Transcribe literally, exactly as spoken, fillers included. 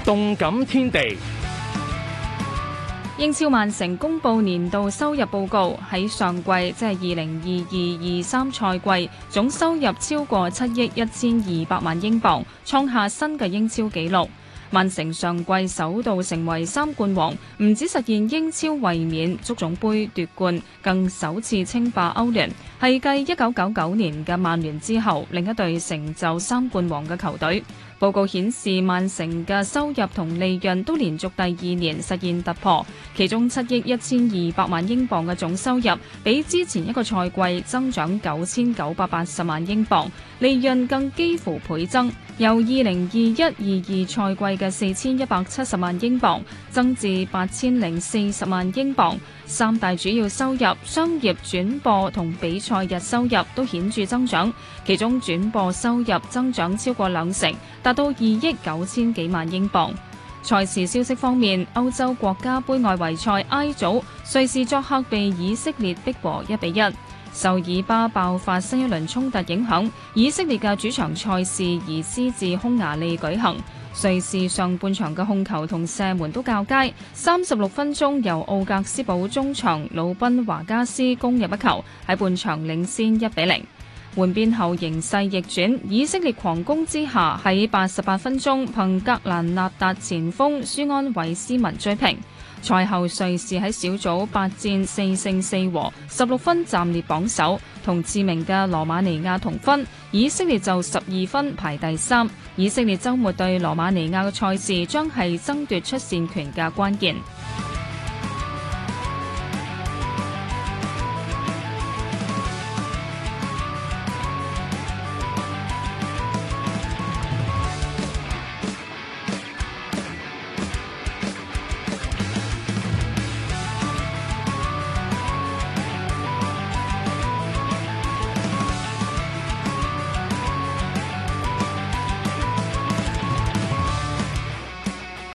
動感天地。 英超曼城公布年度收入報告，喺上季即係二零二二二三賽季，總收入超過七億一千二百萬英鎊，創下新嘅英超紀錄。曼城上季首度成為三冠王，唔止實現英超衛冕、足總杯奪冠，更首次稱霸歐聯，係繼一九九九年嘅曼聯之後，另一隊成就三冠王嘅球隊。報告顯示，曼城嘅收入同利潤都連續第二年實現突破，其中七億一千二百萬英鎊嘅總收入，比之前一個賽季增長九千九百八十萬英鎊，利潤更幾乎倍增，由二零二一二二賽季嘅四千一百七十萬英鎊增至八千零四十萬英鎊。三大主要收入、商業轉播同比賽日收入都顯著增長，其中轉播收入增長超過兩成，達到二億九千幾萬英鎊。賽事消息方面，歐洲國家盃外圍賽 I 組，瑞士作客被以色列逼和一比一。受以巴爆發新一輪衝突影響，以色列嘅主場賽事移師至匈牙利舉行。瑞士上半場嘅控球同射門都較佳，三十六分鐘由奧格斯堡中場魯賓華加斯攻入一球，喺半場領先一比零。換邊後形勢逆轉，以色列狂攻之下喺八十八分鐘憑格蘭納達前鋒舒安維斯文追平。賽後瑞士喺小組八戰四勝四和，十六分暫列榜首，同知名嘅羅馬尼亞同分。以色列就十二分排第三。以色列週末對羅馬尼亞嘅賽事將係爭奪出線權嘅關鍵。